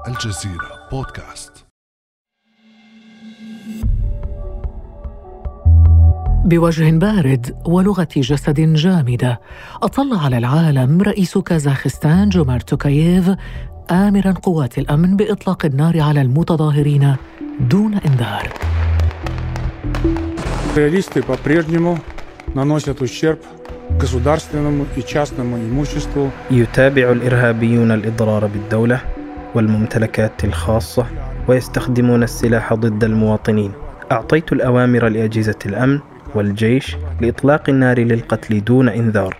الجزيرة بودكاست. بوجه بارد ولغة جسد جامدة أطل على العالم رئيس كازاخستان جومارت توكاييف آمراً قوات الأمن بإطلاق النار على المتظاهرين دون إنذار. Террористы по-прежнему наносят ущерб государственному и частному имуществу. يتابع الإرهابيون الإضرار بالدولة والممتلكات الخاصة ويستخدمون السلاح ضد المواطنين. أعطيت الأوامر لأجهزة الأمن والجيش لإطلاق النار للقتل دون إنذار.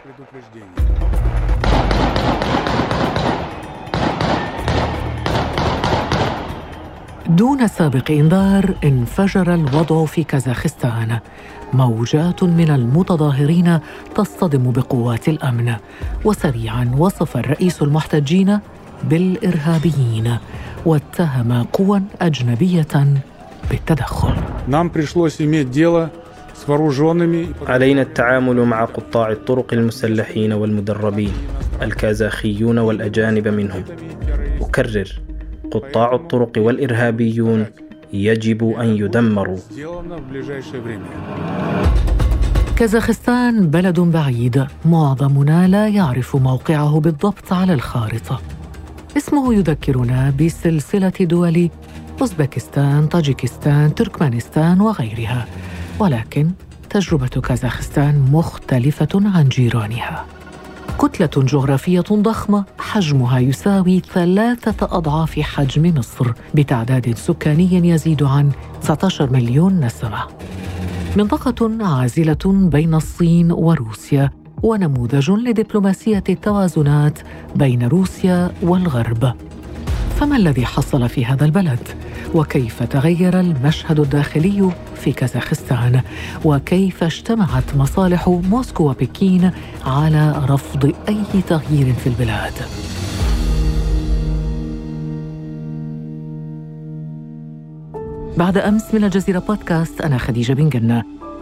دون سابق إنذار انفجر الوضع في كازاخستان. موجات من المتظاهرين تصطدم بقوات الأمن، وسريعاً وصف الرئيس المحتجين بالإرهابيين واتهم قوى أجنبية بالتدخل. علينا التعامل مع قطاع الطرق المسلحين والمدربين الكازاخيون والأجانب منهم. أكرر: قطاع الطرق والإرهابيون يجب أن يدمروا. كازاخستان بلد بعيد، معظمنا لا يعرف موقعه بالضبط على الخارطة. اسمه يذكرنا بسلسلة دول أوزبكستان، طاجيكستان، تركمانستان وغيرها، ولكن تجربة كازاخستان مختلفة عن جيرانها. كتلة جغرافية ضخمة حجمها يساوي 3 أضعاف حجم مصر، بتعداد سكاني يزيد عن 19 مليون نسمة. منطقة عازلة بين الصين وروسيا، ونموذج لدبلوماسية التوازنات بين روسيا والغرب. فما الذي حصل في هذا البلد؟ وكيف تغير المشهد الداخلي في كازاخستان؟ وكيف اجتمعت مصالح موسكو وبكين على رفض أي تغيير في البلاد؟ بعد أمس من الجزيرة بودكاست، أنا خديجة بن جنة.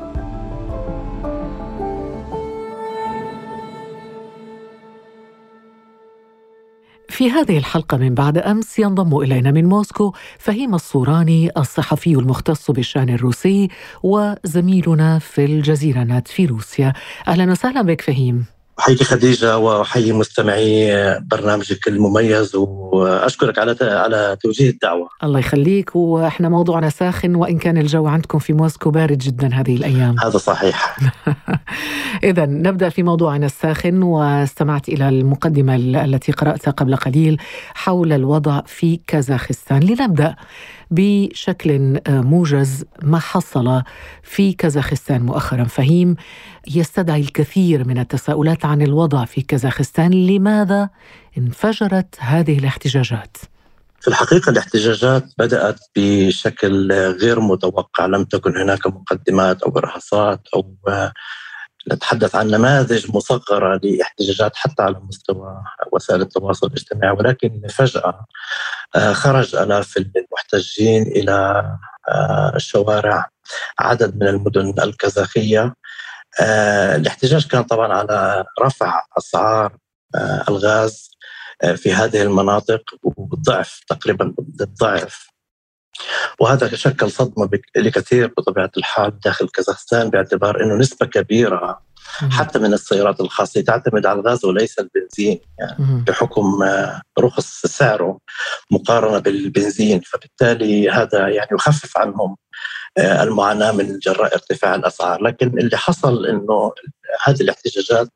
في هذه الحلقة من بعد أمس ينضم إلينا من موسكو فهيم الصوراني، الصحفي المختص بالشأن الروسي وزميلنا في الجزيرة نت في روسيا. أهلا وسهلا بك فهيم. حياك خديجة، وحيي مستمعي برنامجك المميز، وأشكرك على توجيه الدعوة. الله يخليك. وإحنا موضوعنا ساخن، وإن كان الجو عندكم في موسكو بارد جدا هذه الأيام. هذا صحيح. إذن نبدأ في موضوعنا الساخن. واستمعت إلى المقدمة التي قرأتها قبل قليل حول الوضع في كازاخستان. لنبدأ بشكل موجز ما حصل في كازاخستان مؤخرا. فهيم، يستدعي الكثير من التساؤلات عن الوضع في كازاخستان. لماذا انفجرت هذه الاحتجاجات؟ في الحقيقة الاحتجاجات بدأت بشكل غير متوقع، لم تكن هناك مقدمات أو إرهاصات أو نتحدث عن نماذج مصغرة لاحتجاجات حتى على مستوى وسائل التواصل الاجتماعي، ولكن فجأة خرج آلاف المحتجين إلى الشوارع عدد من المدن الكازاخية. الاحتجاج كان طبعا على رفع أسعار الغاز في هذه المناطق وبالضعف، تقريبا بالضعف، وهذا شكل صدمة لكثير بطبيعة الحال داخل كازاخستان، باعتبار أنه نسبة كبيرة حتى من السيارات الخاصة تعتمد على الغاز وليس البنزين، يعني بحكم رخص سعره مقارنة بالبنزين. فبالتالي هذا يعني يخفف عنهم المعاناة من جراء ارتفاع الأسعار. لكن اللي حصل أنه هذه الاحتجاجات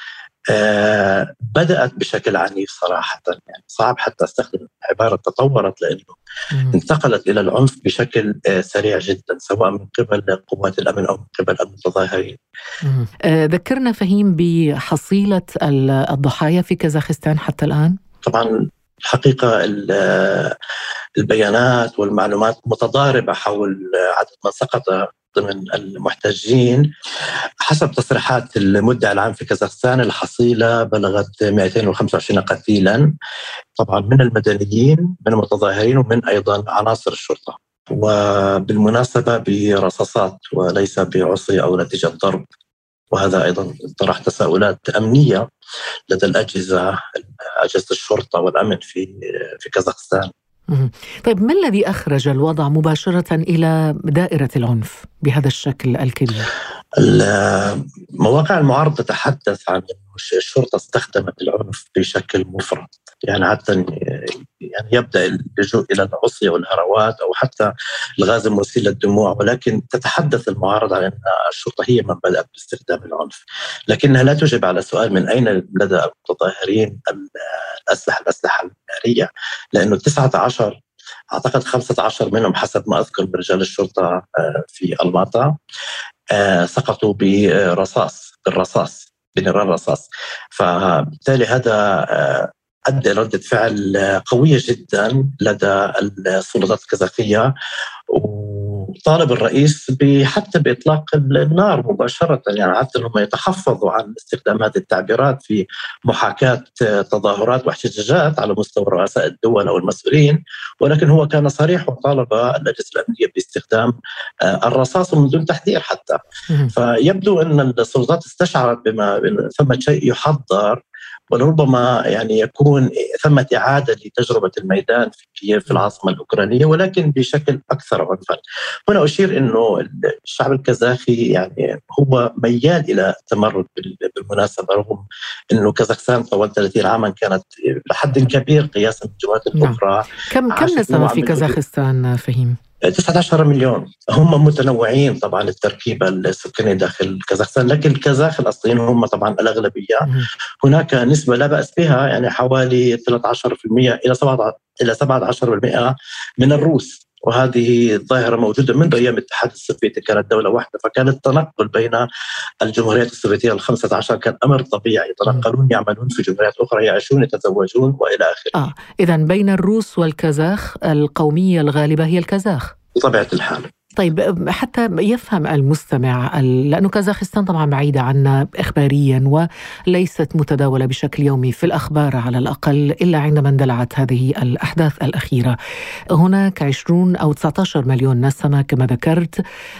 بدأت بشكل عنيف صراحة، يعني صعب حتى استخدم عبارة تطورت، لأنه انتقلت إلى العنف بشكل سريع جدا، سواء من قبل قوات الأمن أو من قبل المتظاهرين. ذكرنا فهيم بحصيلة الضحايا في كازاخستان حتى الآن. طبعا الحقيقة البيانات والمعلومات متضاربة حول عدد من سقط ضمن المحتجين. حسب تصريحات المدعي العام في كازاخستان الحصيلة بلغت 225 قتيلا، طبعا من المدنيين، من المتظاهرين، ومن أيضا عناصر الشرطة، وبالمناسبة برصاصات وليس بعصي أو نتيجة ضرب. وهذا أيضا طرح تساؤلات أمنية لدى أجهزة الشرطة والأمن في كازاخستان. طيب ما الذي أخرج الوضع مباشرة إلى دائرة العنف بهذا الشكل الكبير؟ مواقع المعارضة تتحدث عن الشرطة استخدمت العنف بشكل مفرط، يعني حتى يعني يبدأ اللجوء إلى العصي والهروات أو حتى الغاز المسيل للدموع، ولكن تتحدث المعارضة عن أن الشرطة هي من بدأت باستخدام العنف، لكنها لا تجيب على سؤال من أين لدى المتظاهرين الأسلحة النارية، لأنه 19 أعتقد 15 منهم حسب ما أذكر من رجال الشرطة في الماطا سقطوا بنيران رصاص. فبالتالي هذا أدى ردة فعل قوية جدا لدى السلطات الكازاخية، وطالب الرئيس حتى بإطلاق النار مباشرة، يعني حتى أنهم يتحفظوا عن استخدام هذه التعبيرات في محاكاة تظاهرات واحتجاجات على مستوى رؤساء الدول أو المسؤولين، ولكن هو كان صريح وطالب الأجهزة الأمنية باستخدام الرصاص من دون تحذير حتى. فيبدو أن السلطات استشعرت بما ثم شيء يحضر، ولربما يعني يكون ثمة إعادة لتجربة الميدان في كييف في العاصمة الأوكرانية، ولكن بشكل أكثر عنفا. هنا أشير أنه الشعب الكازاخي يعني هو ميال إلى التمرد بالمناسبة، رغم أنه كازاخستان طوال 30 عاما كانت لحد كبير قياسا بالجمهوريات الأخرى. كم نسمة في كازاخستان فهيم؟ 19 مليون. هم متنوعين طبعا التركيبة السكانية داخل كازاخستان، لكن الكازاخ الأصليين هم طبعا الأغلبية. هناك نسبة لا بأس بها، يعني حوالي 13% إلى 17% من الروس، وهذه ظاهرة موجودة منذ أيام الاتحاد السوفيتي، كانت دولة واحدة، فكان التنقل بين الجمهوريات السوفيتية ال15 كان أمر طبيعي، يتنقلون يعملون في جمهوريات أخرى، يعيشون يتزوجون وإلى آخره. إذن بين الروس والكازاخ القومية الغالبة هي الكازاخ بطبيعة الحال. طيب حتى يفهم المستمع، لأنه كازاخستان طبعا بعيدة عنا إخباريا وليست متداولة بشكل يومي في الأخبار على الأقل إلا عندما اندلعت هذه الأحداث الأخيرة. هناك 20 أو 19 مليون نسمة كما ذكرت.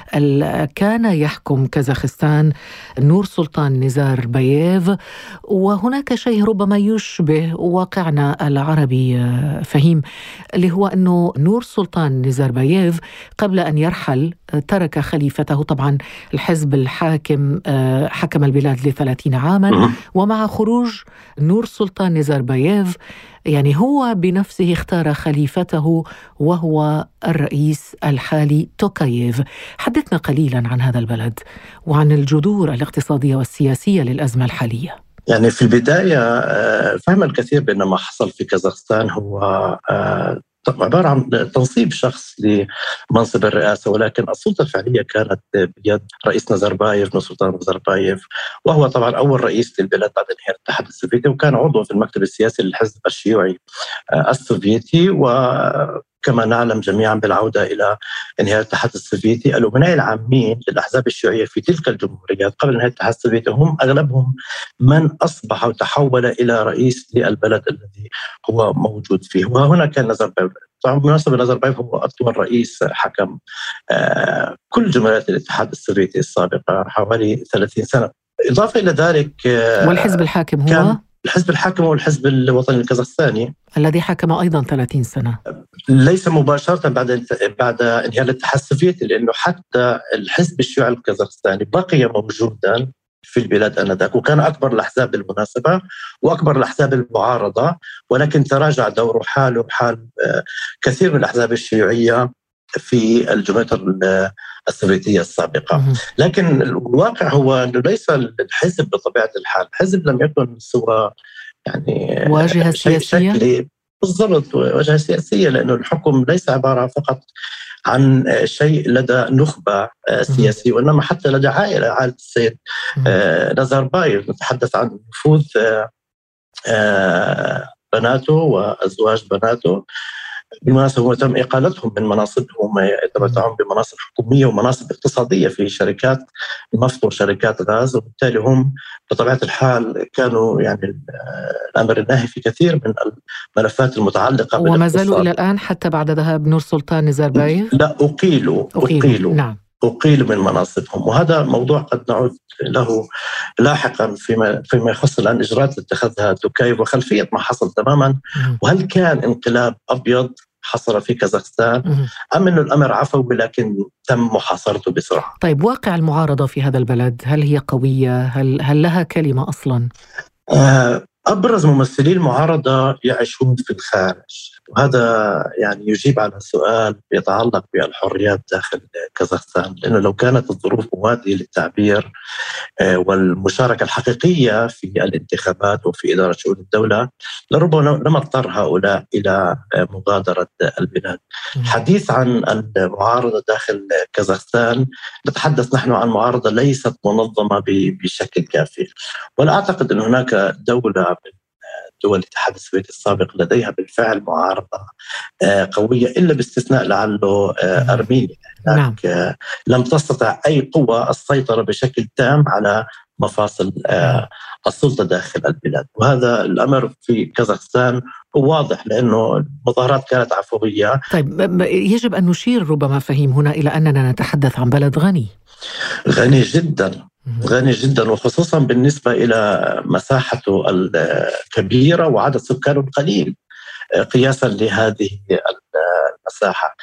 كان يحكم كازاخستان نور سلطان نزارباييف، وهناك شيء ربما يشبه واقعنا العربي فهيم، اللي هو أنه نور سلطان نزارباييف قبل أن يرحل ترك خليفته. طبعا الحزب الحاكم حكم البلاد ل30 عاما، ومع خروج نور سلطان نزارباييف يعني هو بنفسه اختار خليفته وهو الرئيس الحالي توكاييف. حدثنا قليلا عن هذا البلد وعن الجذور الاقتصادية والسياسية للأزمة الحالية. يعني في البداية فهم الكثير بأن ما حصل في كازاخستان هو عبارة عن تنصيب شخص لمنصب الرئاسة، ولكن السلطة الفعلية كانت بيد رئيس نور سلطان نزارباييف، وهو طبعا أول رئيس للبلاد بعد انهيار الاتحاد السوفيتي، وكان عضو في المكتب السياسي للحزب الشيوعي السوفيتي. وكما نعلم جميعا بالعودة إلى انهيار الاتحاد السوفيتي، الأمناء العامين للأحزاب الشيوعية في تلك الجمهوريات قبل انهيار الاتحاد السوفيتي هم أغلبهم من أصبح وتحول إلى رئيس للبلد الذي هو موجود فيه. وهنا كان نزارباييف. طبعا بالمناسبة نزارباييف هو أطول رئيس حكم كل جمهوريات الاتحاد السوفيتي السابقة حوالي 30 سنة. إضافة إلى ذلك والحزب الحاكم هو الحزب الحاكم هو الحزب الوطني الكازاخستاني الذي حكم أيضا 30 سنة، ليس مباشرة بعد انهيار الاتحاد السوفيتي، لأنه حتى الحزب الشيوعي الكازاخستاني بقي موجودا في البلاد آنذاك، وكان أكبر الأحزاب بالمناسبة وأكبر الأحزاب المعارضة، ولكن تراجع دوره حاله حال كثير من الأحزاب الشيوعية في الجمهورية السوفيتية السابقة. لكن الواقع هو أنه ليس الحزب بطبيعة الحال، الحزب لم يكن سوى يعني واجهة سياسية بالضبط، واجهة سياسية، لأنه الحكم ليس عبارة فقط عن شيء لدى نخبة سياسية، وإنما حتى لدى عائلة السيد نزارباييف. نتحدث عن نفوذ بناته وأزواج بناته. بالمناسبة هو تم إقالتهم من مناصبهم، يتمتعون بمناصب حكومية ومناصب اقتصادية في شركات نفط وشركات غاز، وبالتالي هم بطبيعة الحال كانوا يعني الأمر الناهي في كثير من الملفات المتعلقة بالاقتصاد. وما زالوا إلى الآن حتى بعد ذهاب نور سلطان نزارباييف؟ لا، أقيلوا نعم. أقيلوا من مناصبهم، وهذا موضوع قد نعود له لاحقا فيما يخص الآن إجراءات اتخذها توكاييف وخلفية ما حصل تماما، وهل كان انقلاب أبيض حصل في كازاخستان أم أنه الأمر عفوي لكن تم محاصرته بسرعة؟ طيب، واقع المعارضة في هذا البلد، هل هي قوية؟ هل لها كلمة أصلا؟ أبرز ممثلي المعارضة يعيشون في الخارج، وهذا يعني يجيب على سؤال يتعلق بالحريات داخل كازاخستان، لأنه لو كانت الظروف مواتية للتعبير والمشاركة الحقيقية في الانتخابات وفي إدارة شؤون الدولة لربما لم اضطر هؤلاء إلى مغادرة البلاد. الحديث عن المعارضة داخل كازاخستان، نتحدث نحن عن معارضة ليست منظمة بشكل كافي، ولا أعتقد أن هناك دولة من دول الاتحاد السوفيتي السابق لديها بالفعل معارضة قوية، إلا باستثناء لعله أرمينيا. نعم. لم تستطع أي قوة السيطرة بشكل تام على مفاصل السلطة داخل البلاد، وهذا الأمر في كازاخستان واضح لأنه المظاهرات كانت عفوية. طيب، يجب أن نشير ربما فهيم هنا إلى أننا نتحدث عن بلد غني جدا، وخصوصا بالنسبة إلى مساحته الكبيرة وعدد سكانه القليل قياسا لهذه المساحة.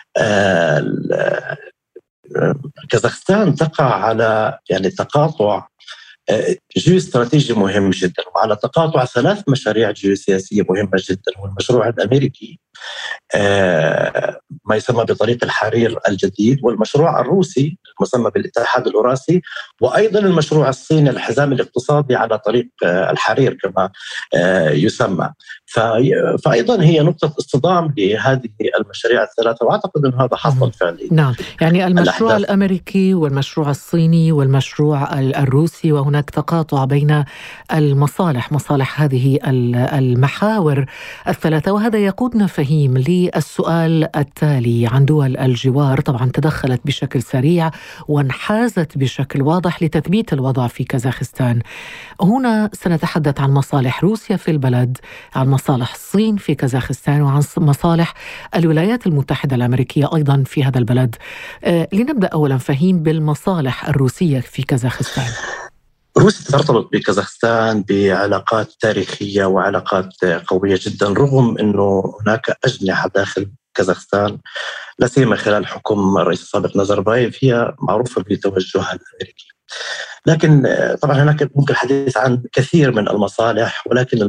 كازاخستان تقع على تقاطع جيوستراتيجي مهم جدا، وعلى تقاطع 3 مشاريع جيوسياسية مهمة جدا، والمشروع الأمريكي ما يسمى بطريق الحرير الجديد، والمشروع الروسي المسمى بالاتحاد الأوراسي، وأيضا المشروع الصيني الحزام الاقتصادي على طريق الحرير كما يسمى. فأيضا هي نقطة اصطدام لهذه المشاريع ال3، وأعتقد أن هذا حصل فعليا. نعم، يعني المشروع الأمريكي والمشروع الصيني والمشروع الروسي، وهناك تقاطع بين مصالح هذه المحاور ال3. وهذا يقودنا فهيم للسؤال التالي عن دول الجوار. طبعا تدخلت بشكل سريع وانحازت بشكل واضح لتثبيت الوضع في كازاخستان. هنا سنتحدث عن مصالح روسيا في البلد، عن مصالح الصين في كازاخستان، وعن مصالح الولايات المتحدة الأمريكية أيضا في هذا البلد. لنبدأ أولا فهيم بالمصالح الروسية في كازاخستان. روسيا ترتبط بكازاخستان بعلاقات تاريخية وعلاقات قوية جدا، رغم أنه هناك أجنحة داخل كازاخستان لا سيما خلال حكم الرئيس السابق نازاربايف هي معروفة بتوجهها الأمريكي. لكن طبعا هناك ممكن الحديث عن كثير من المصالح، ولكن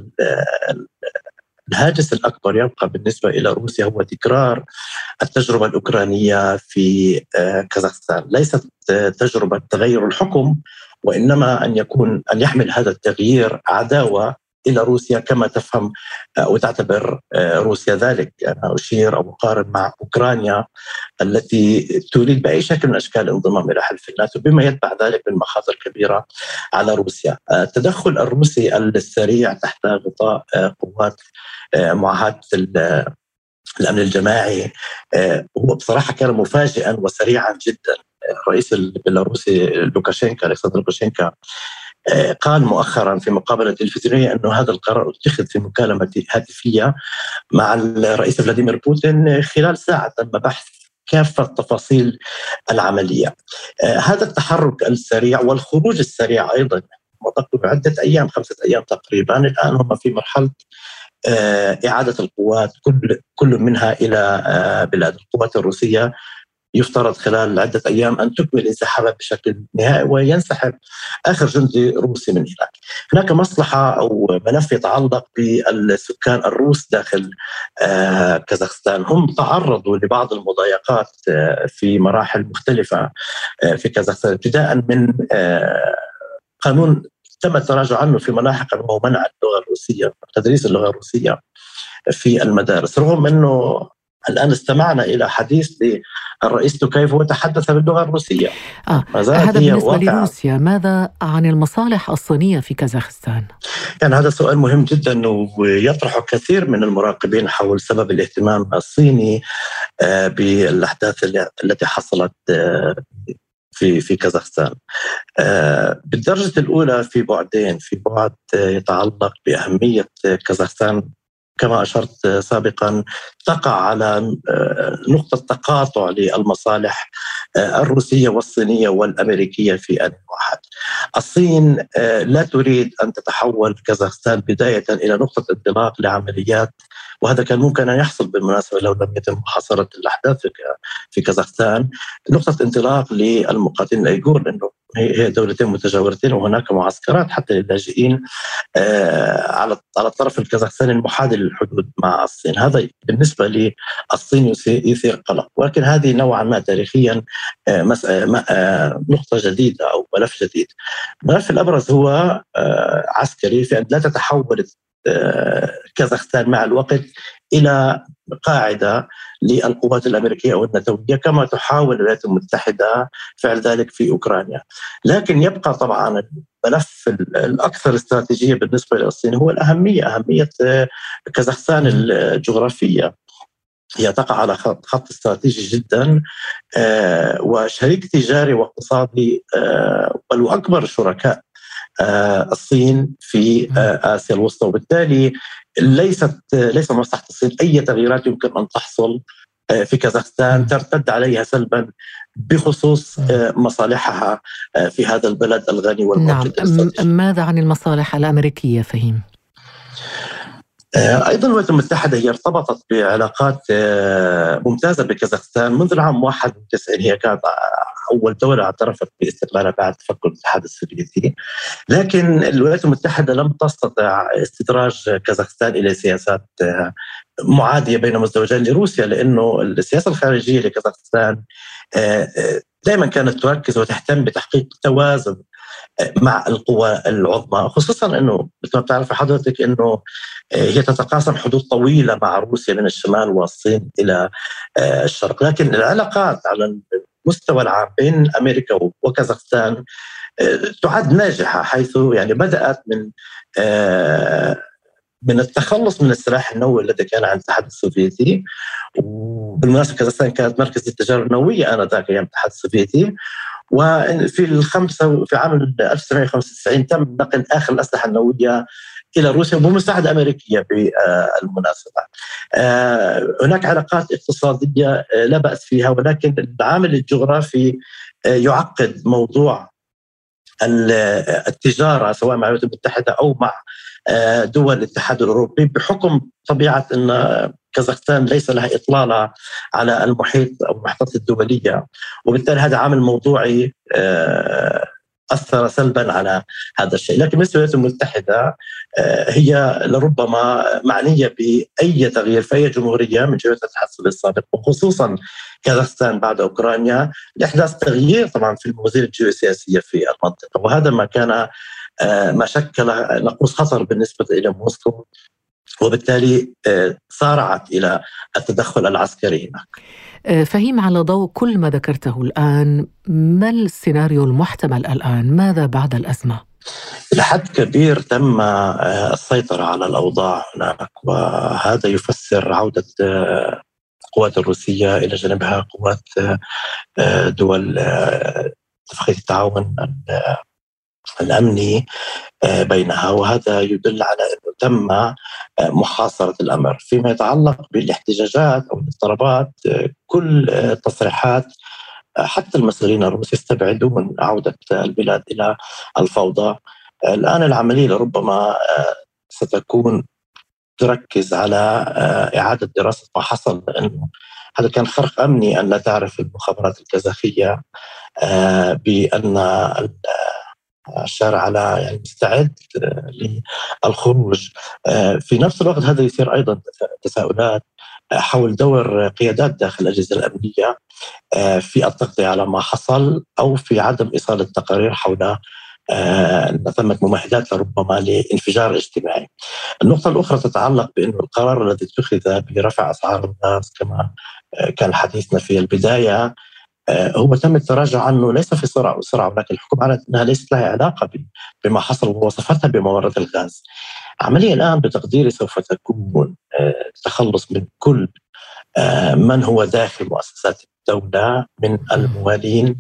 الهاجس الأكبر يبقى بالنسبة إلى روسيا هو تكرار التجربة الأوكرانية في كازاخستان. ليست تجربة تغير الحكم، وإنما أن يحمل هذا التغيير عداوة إلى روسيا كما تفهم وتعتبر روسيا ذلك. أنا أشير أو أقارن مع أوكرانيا التي تريد بأي شكل من أشكال الانضمام إلى حلف الناتو، بما يتبع ذلك من مخاطر كبيرة على روسيا. التدخل الروسي السريع تحت غطاء قوات معاهدة الأمن الجماعي هو بصراحة كان مفاجئا وسريعا جدا. الرئيس البيلاروسي ألكسندر لوكاشينكا قال مؤخرا في مقابلة تلفزيونية أنه هذا القرار اتخذ في مكالمة هاتفية مع الرئيس فلاديمير بوتين خلال ساعة تم بحث كافة تفاصيل العملية. هذا التحرك السريع والخروج السريع أيضا مطلق عدة أيام، 5 أيام تقريبا، الآن هم في مرحلة إعادة القوات كل منها إلى بلاد. القوات الروسية يفترض خلال عدة أيام أن تكمل انسحابها بشكل نهائي وينسحب آخر جندي روسي من هناك. هناك مصلحة أو ملف يتعلق بالسكان الروس داخل كازاخستان. هم تعرضوا لبعض المضايقات في مراحل مختلفة في كازاخستان، ابتداء من قانون تم التراجع عنه في ملاحقا، وهو منع اللغة الروسية، تدريس اللغة الروسية في المدارس، رغم أنه الآن استمعنا إلى حديث للرئيس توكايف وتحدث باللغة الروسية. هذا بالنسبة لروسيا. ماذا عن المصالح الصينية في كازاخستان؟ هذا سؤال مهم جدا، ويطرح كثير من المراقبين حول سبب الاهتمام الصيني بالأحداث التي حصلت في كازاخستان. بالدرجة الأولى في بعدين، في بعد يتعلق بأهمية كازاخستان كما أشرت سابقا تقع على نقطة تقاطع للمصالح الروسية والصينية والأمريكية في آن واحد. الصين لا تريد أن تتحول كازاخستان بداية إلى نقطة انطلاق لعمليات، وهذا كان ممكن أن يحصل بالمناسبة لو لم يتم محاصرة الأحداث في كازاخستان، نقطة انطلاق للمقاتلين الأيغور، لأنه هي دولتين متجاورتين وهناك معسكرات حتى للاجئين على الطرف الكازاخستاني المحاذي للحدود مع الصين. هذا بالنسبة للصين يثير قلق، ولكن هذه نوعا ما تاريخيا نقطة جديدة أو ملف جديد. الملف الأبرز هو عسكري، في أن لا تتحول كازاخستان مع الوقت إلى قاعدة للقوات الأمريكية أو الناتوية كما تحاول الولايات المتحدة فعل ذلك في أوكرانيا. لكن يبقى طبعا الملف الأكثر استراتيجية بالنسبة للصين هو أهمية كازاخستان الجغرافية. هي تقع على خط استراتيجي جدا وشريك تجاري واقتصادي والأكبر شركاء الصين في آسيا الوسطى، وبالتالي ليس مصلحة الصين أي تغييرات يمكن أن تحصل في كازاخستان ترتد عليها سلبا بخصوص مصالحها في هذا البلد الغني والموجود. نعم. ماذا عن المصالح الأمريكية فهيم؟ أيضا الولايات المتحدة هي ارتبطت بعلاقات ممتازة بكازاخستان منذ العام 91. هي كانت أول دولة اعترفت باستقلالها بعد تفكك الاتحاد السوفيتي، لكن الولايات المتحدة لم تستطع استدراج كازاخستان إلى سياسات معادية بين مزدوجين لروسيا، لأنه السياسة الخارجية لكازاخستان دائما كانت تركز وتهتم بتحقيق توازن مع القوى العظمى، خصوصا أنه مثل ما بتعرف حضرتك أنه هي تتقاسم حدود طويلة مع روسيا من الشمال والصين إلى الشرق. لكن العلاقات على المستوى العام بين أمريكا وكازاخستان تعد ناجحة، حيث يعني بدأت من التخلص من السلاح النووي الذي كان عند الاتحاد السوفيتي. وبالمناسبة كازاخستان كانت مركز للتجارة النووية آنذاك أيام الاتحاد السوفيتي، في عام 1995 تم نقل آخر الأسلحة النووية إلى روسيا بمساعدة أمريكية بالمناسبة. هناك علاقات اقتصادية لا بأس فيها، ولكن العامل الجغرافي يعقد موضوع التجارة سواء مع الولايات المتحدة أو مع دول الاتحاد الأوروبي، بحكم طبيعة أن كازاخستان ليس لها إطلالة على المحيط أو المحيطات الدولية، وبالتالي هذا عامل موضوعي أثر سلبا على هذا الشيء. لكن الولايات المتحدة هي لربما معنية بأي تغيير في أي جمهورية من جهة الاتحاد السابق، وخصوصا كازاخستان بعد أوكرانيا، لإحداث تغيير طبعا في الموازين الجيوسياسية في المنطقة، وهذا ما شكل نقوص خطر بالنسبة إلى موسكو، وبالتالي سارعت إلى التدخل العسكري هناك. فهيم، على ضوء كل ما ذكرته الآن، ما السيناريو المحتمل الآن؟ ماذا بعد الأزمة؟ لحد كبير تم السيطرة على الأوضاع هناك، وهذا يفسر عودة القوات الروسية إلى جانبها قوات دول اتفاقية التعاون الأمني بينها، وهذا يدل على أنه تم محاصرة الأمر. فيما يتعلق بالاحتجاجات أو الاضطرابات، كل التصريحات حتى المسؤولين الروس يستبعدون عودة البلاد إلى الفوضى. الآن العملية لربما ستكون تركز على إعادة دراسة ما حصل، لأنه هذا كان خرق أمني أن لا تعرف المخابرات الكازاخية بأن الشارع على يعني مستعد للخروج. في نفس الوقت هذا يثير أيضا تساؤلات حول دور قيادات داخل الأجهزة الأمنية في التغطية على ما حصل أو في عدم إيصال التقارير حول أن ثمة ممهدات لربما لانفجار اجتماعي. النقطة الأخرى تتعلق بأن القرار الذي اتخذ برفع أسعار الغاز كما كان حديثنا في البداية هو تم التراجع عنه ليس في سرعة، ولكن الحكم على أنها ليست لها علاقة بما حصل ووصفتها بممرات الغاز. عمليا الآن بتقديري سوف تكون تخلص من كل من هو داخل مؤسسات الدولة من الموالين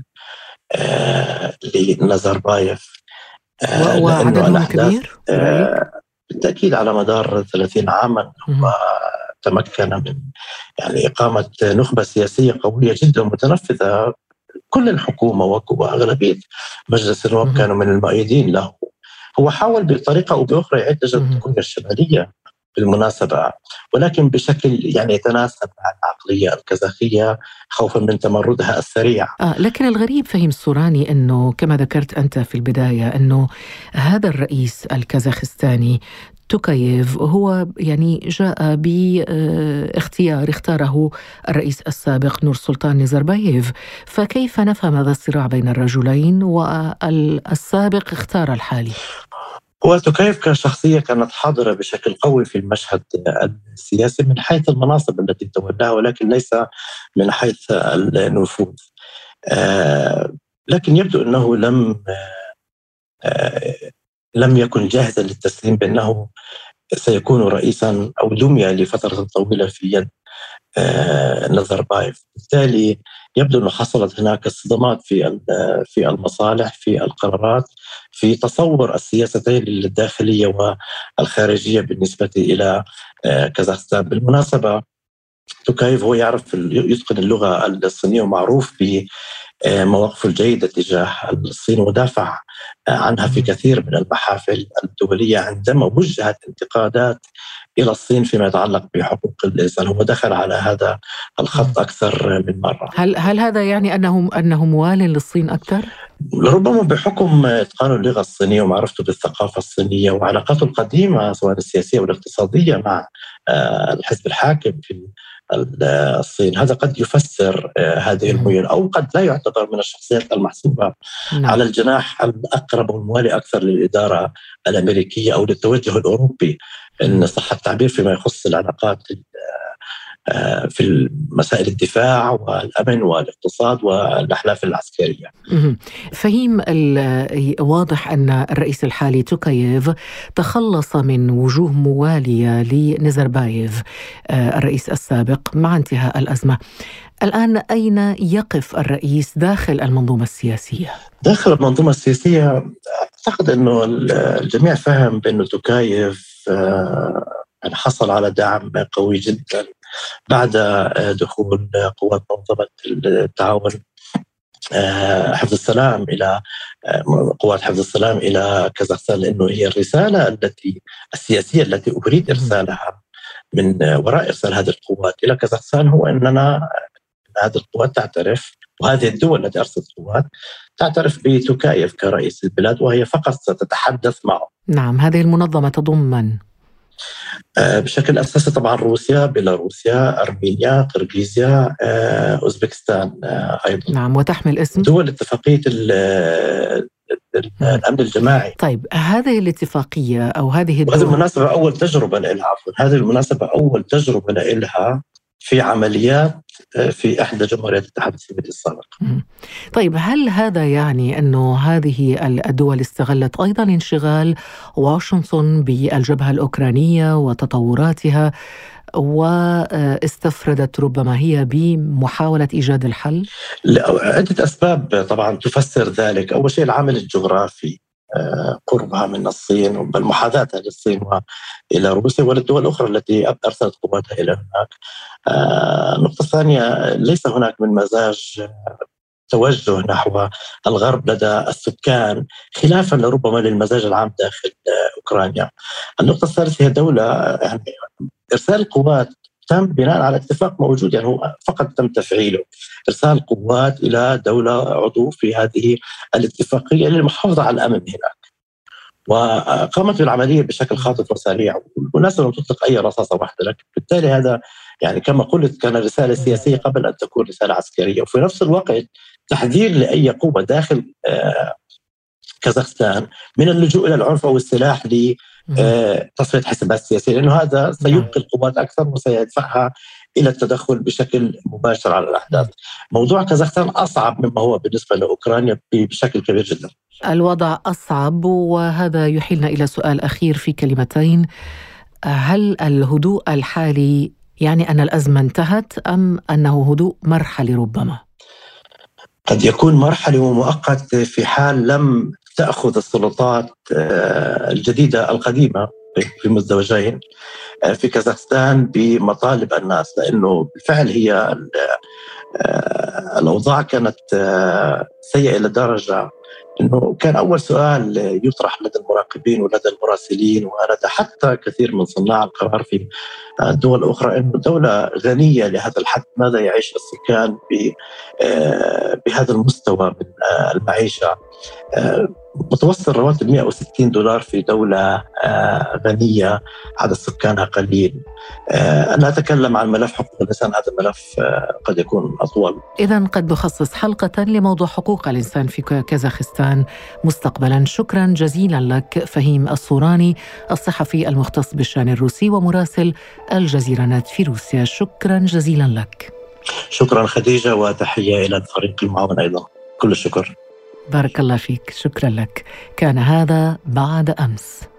لنزاربايف، وعددهم كبير. بالتأكيد على مدار 30 عاما وتمكن من يعني إقامة نخبة سياسية قوية جدا متنفذة. كل الحكومة وأغلبية مجلس النواب كانوا من المؤيدين له. هو حاول بطريقة أو بأخرى يعيد تجربة كوريا الشمالية بالمناسبة، ولكن بشكل يعني يتناسب مع العقلية الكازاخية خوفا من تمردها السريع. لكن الغريب فهيم السوراني أنه كما ذكرت أنت في البداية أنه هذا الرئيس الكازاخستاني توكاييف هو يعني جاء باختيار اختاره الرئيس السابق نور سلطان نزرباييف، فكيف نفهم هذا الصراع بين الرجلين والسابق اختار الحالي؟ هو توكاييف كشخصية كانت حاضرة بشكل قوي في المشهد السياسي من حيث المناصب التي تولاها، ولكن ليس من حيث النفوذ. لكن يبدو أنه لم يكن جاهزا للتسليم بأنه سيكون رئيسا أو دمية لفترة طويلة في يد نزربايف. بالتالي يبدو أنه حصلت هناك صدمات في المصالح، في القرارات، في تصور السياستين الداخلية والخارجية بالنسبة إلى كازاخستان. بالمناسبة توكايف هو يتقن اللغة الصينية ومعروف بمواقفه الجيدة تجاه الصين، ودافع عنها في كثير من المحافل الدولية عندما وجهت انتقادات إلى الصين فيما يتعلق بحقوق الإنسان. هو دخل على هذا الخط أكثر من مرة. هل هذا يعني أنه موال للصين أكثر؟ ربما بحكم إتقانه اللغة الصينية ومعرفته بالثقافة الصينية وعلاقاته القديمة سواء السياسية والاقتصادية مع الحزب الحاكم في الصين. هذا قد يفسر هذه الميول، أو قد لا يعتبر من الشخصيات المحسوبة على الجناح الأقرب والموالي أكثر للإدارة الأمريكية أو للتوجه الأوروبي إن صح التعبير فيما يخص العلاقات في مسائل الدفاع والأمن والاقتصاد والأحلاف العسكرية. فهيم، واضح أن الرئيس الحالي توكاييف تخلص من وجوه موالية لنزرباييف الرئيس السابق مع انتهاء الأزمة. الآن أين يقف الرئيس داخل المنظومة السياسية؟ داخل المنظومة السياسية أعتقد أنه الجميع فهم بأنه توكاييف حصل على دعم قوي جدا بعد دخول قوات منظمة التعاون حفظ السلام إلى قوات حفظ السلام إلى كازاخستان، لأنه هي الرسالة السياسية التي أريد إرسالها من وراء إرسال هذه القوات إلى كازاخستان هو أننا هذه القوات تعترف، وهذه الدول التي أرسلت قوات تعترف بتوكاييف كرئيس البلاد، وهي فقط ستتحدث معه. نعم، هذه المنظمة تضم من؟ بشكل أساسي طبعا روسيا، بيلاروسيا، أرمينيا، قرغيزيا، أوزبكستان أيضا. نعم، وتحمل اسم دول اتفاقية الأمن الجماعي. طيب، هذه الاتفاقية أو هذه الدول، وهذه المناسبة أول تجربة لها، هذه المناسبة أول تجربة لها في عمليات في إحدى جمهوريات الاتحاد السوفيتي السابق. طيب، هل هذا يعني أنه هذه الدول استغلت أيضا انشغال واشنطن بالجبهة الأوكرانية وتطوراتها واستفردت ربما هي بمحاولة إيجاد الحل؟ عدة أسباب طبعا تفسر ذلك. أول شيء العامل الجغرافي، قربها من الصين وبالمحاذاتها للصين وإلى روسيا وللدول الأخرى التي أرسلت قواتها إلى هناك. النقطة الثانية، ليس هناك من مزاج توجه نحو الغرب لدى السكان خلافا لربما للمزاج العام داخل أوكرانيا. النقطة الثالثة هي دولة يعني إرسال القوات تم بناء على اتفاق موجود، يعني هو فقط تم تفعيله، إرسال قوات إلى دولة عضو في هذه الاتفاقية للمحافظة على الأمن هناك، وقامت بالعملية بشكل خاطف وسريع، والناس لم تطلق أي رصاصة واحدة. لكن بالتالي هذا يعني كما قلت كان رسالة سياسية قبل أن تكون رسالة عسكرية، وفي نفس الوقت تحذير لأي قوة داخل كازاخستان من اللجوء إلى العنف أو السلاح لتصفية حسابات سياسية، لأنه هذا سيبقي القوات أكثر وسيدفعها إلى التدخل بشكل مباشر على الأحداث. موضوع كازاخستان أصعب مما هو بالنسبة لأوكرانيا بشكل كبير جدا. الوضع أصعب، وهذا يحيلنا إلى سؤال أخير في كلمتين. هل الهدوء الحالي يعني أن الأزمة انتهت أم أنه هدوء مرحلي؟ ربما قد يكون مرحلي ومؤقت في حال لم تأخذ السلطات الجديدة القديمة في مزدوجين في كازاخستان بمطالب الناس، لأنه بالفعل هي الأوضاع كانت سيئة إلى درجة أنه كان أول سؤال يطرح لدى المراقبين ولدى المراسلين ولدى حتى كثير من صناع القرار في دول أخرى أنه دولة غنية لهذا الحد، ماذا يعيش السكان بهذا المستوى من المعيشة؟ متوسط رواتب $160 في دولة غنية عدد سكانها قليل. أنا أتكلم عن ملف حقوق الإنسان، هذا الملف قد يكون أطول. إذن قد نخصص حلقة لموضوع حقوق الإنسان في كازاخستان مستقبلا. شكرا جزيلا لك فهيم الصوراني، الصحفي المختص بالشأن الروسي ومراسل الجزيرة نت في روسيا. شكرا جزيلا لك. شكرا خديجة، وتحية إلى الفريق المعاون أيضا. كل الشكر. بارك الله فيك، شكرا لك. كان هذا بعد أمس.